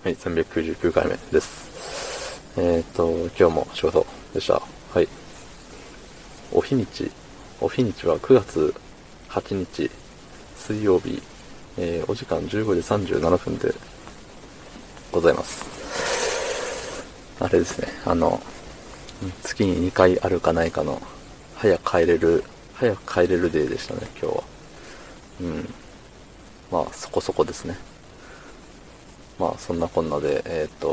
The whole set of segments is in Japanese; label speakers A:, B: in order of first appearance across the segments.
A: はい、399回目です。今日も仕事でした。はい。お日にちは9月8日水曜日、お時間15時37分でございます。あれですね、月に2回あるかないかの早く帰れるデーでしたね、今日は。まあそこそこですね。まあそんなこんなで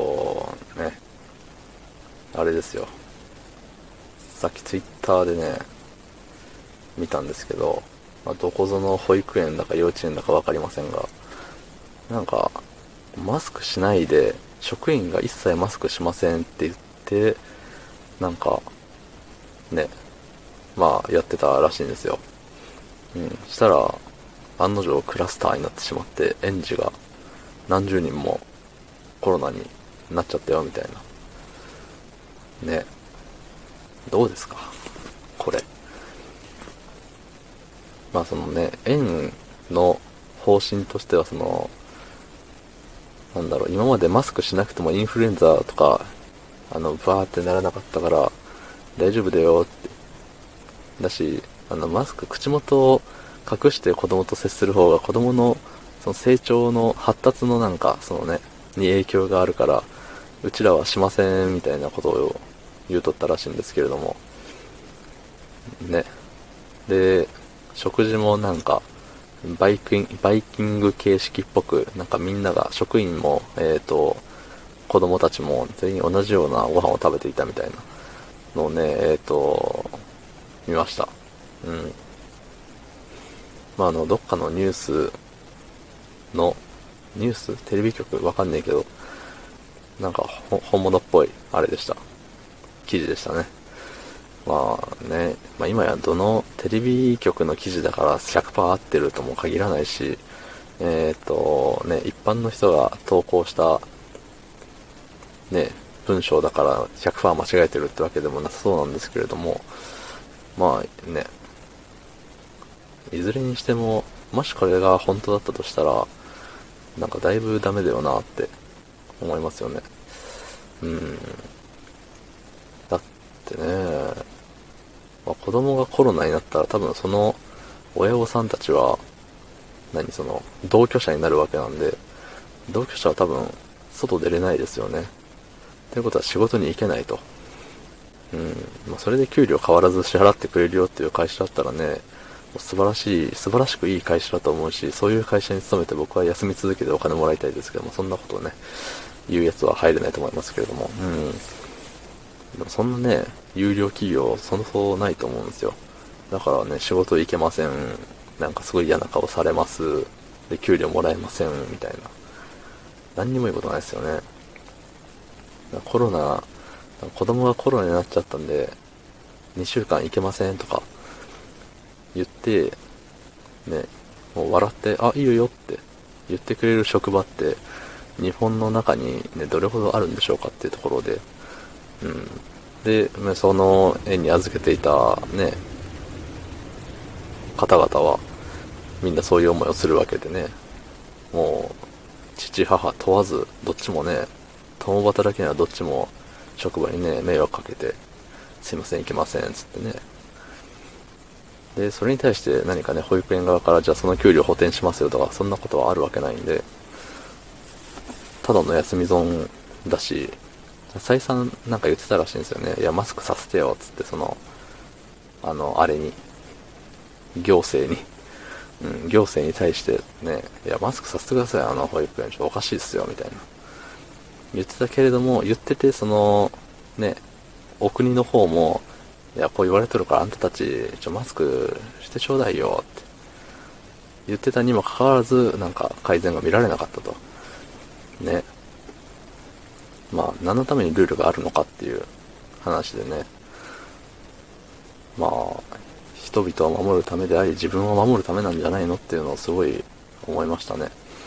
A: あれですよ、さっきツイッターでね見たんですけど、どこぞの保育園だか幼稚園だか分かりませんが、なんかマスクしないで職員が一切マスクしませんって言って、なんかね、やってたらしいんですよ。したら案の定クラスターになってしまって、園児が何十人もコロナになっちゃったよみたいなね。どうですかこれ。そのね、園の方針としては今までマスクしなくてもインフルエンザとかバーってならなかったから大丈夫だよってだし、マスク口元を隠して子供と接する方が子供のその成長の発達のに影響があるから、うちらはしませんみたいなことを言うとったらしいんですけれどもね。で、食事もバイキング形式っぽく、みんなが、職員も子供たちも全員同じようなご飯を食べていたみたいなのをね見ました。どっかのニューステレビ局わかんないけど、本物っぽいあれでした。記事でしたね。今やどのテレビ局の記事だから100%合ってるとも限らないし、一般の人が投稿したね、文章だから100%間違えてるってわけでもなさそうなんですけれども、いずれにしても、もしこれが本当だったとしたら、だいぶダメだよなって思いますよね。だってね、子供がコロナになったら多分その親御さんたちは、同居者になるわけなんで、同居者は多分外出れないですよね。ということは仕事に行けないと。それで給料変わらず支払ってくれるよっていう会社だったらね、素晴らしくいい会社だと思うし、そういう会社に勤めて僕は休み続けてお金もらいたいですけども、そんなことをね、言うやつは入れないと思いますけれども、でもそんなね、有料企業、そもそもないと思うんですよ。だからね、仕事行けません。すごい嫌な顔されます。で、給料もらえません。みたいな。何にもいいことないですよね。子供がコロナになっちゃったんで、2週間行けませんとか言って、ね、もう笑って、いいよって言ってくれる職場って、日本の中にね、どれほどあるんでしょうかっていうところで、で、その園に預けていたね、方々は、みんなそういう思いをするわけでね、もう、父母問わず、どっちもね、共働きならどっちも職場にね、迷惑かけて、すいません、行けません、つってね。で、それに対して何かね、保育園側からじゃあその給料補填しますよとか、そんなことはあるわけないんで、ただの休み損だし、再三言ってたらしいんですよね。いや、マスクさせてよ、つってあれに、行政に、行政に対してね、いや、マスクさせてください、保育園、ちょっとおかしいっすよ、みたいな。言ってたけれども、言ってて、お国の方も、いや、こう言われとるからあんたたち、マスクしてちょうだいよ、って言ってたにもかかわらず、改善が見られなかったと。ね。何のためにルールがあるのかっていう話でね。人々を守るためであり、自分を守るためなんじゃないのっていうのをすごい思いましたね。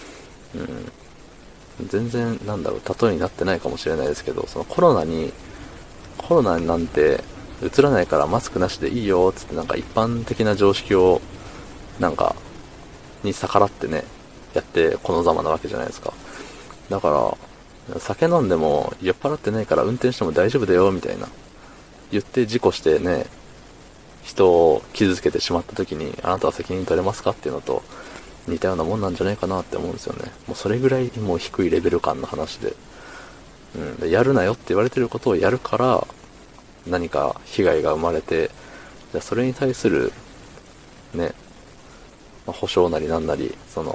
A: 全然、例えになってないかもしれないですけど、コロナなんて、映らないからマスクなしでいいよ、つって一般的な常識を、に逆らってね、やってこのざまなわけじゃないですか。だから、 酒飲んでも酔っ払ってないから運転しても大丈夫だよみたいな言って事故してね、人を傷つけてしまった時にあなたは責任取れますかっていうのと似たようなもんなんじゃないかなって思うんですよね。もうそれぐらいもう低いレベル感の話で、でやるなよって言われてることをやるから何か被害が生まれて、じゃあそれに対するね、保証なりなんなり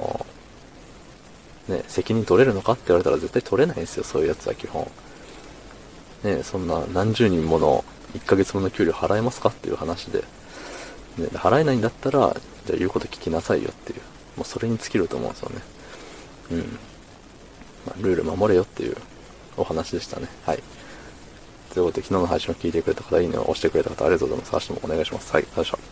A: 責任取れるのかって言われたら絶対取れないんですよ、そういうやつは基本ね。そんな何十人もの1ヶ月分の給料払えますかっていう話で、払えないんだったらじゃあ言うこと聞きなさいよっていう、もうそれに尽きると思うんですよね。ルール守れよっていうお話でしたね。はい。ということで、昨日の配信を聞いてくれた方、いいねを押してくれた方、ありがとうございます。明日もお願いします。はい、よいしょ。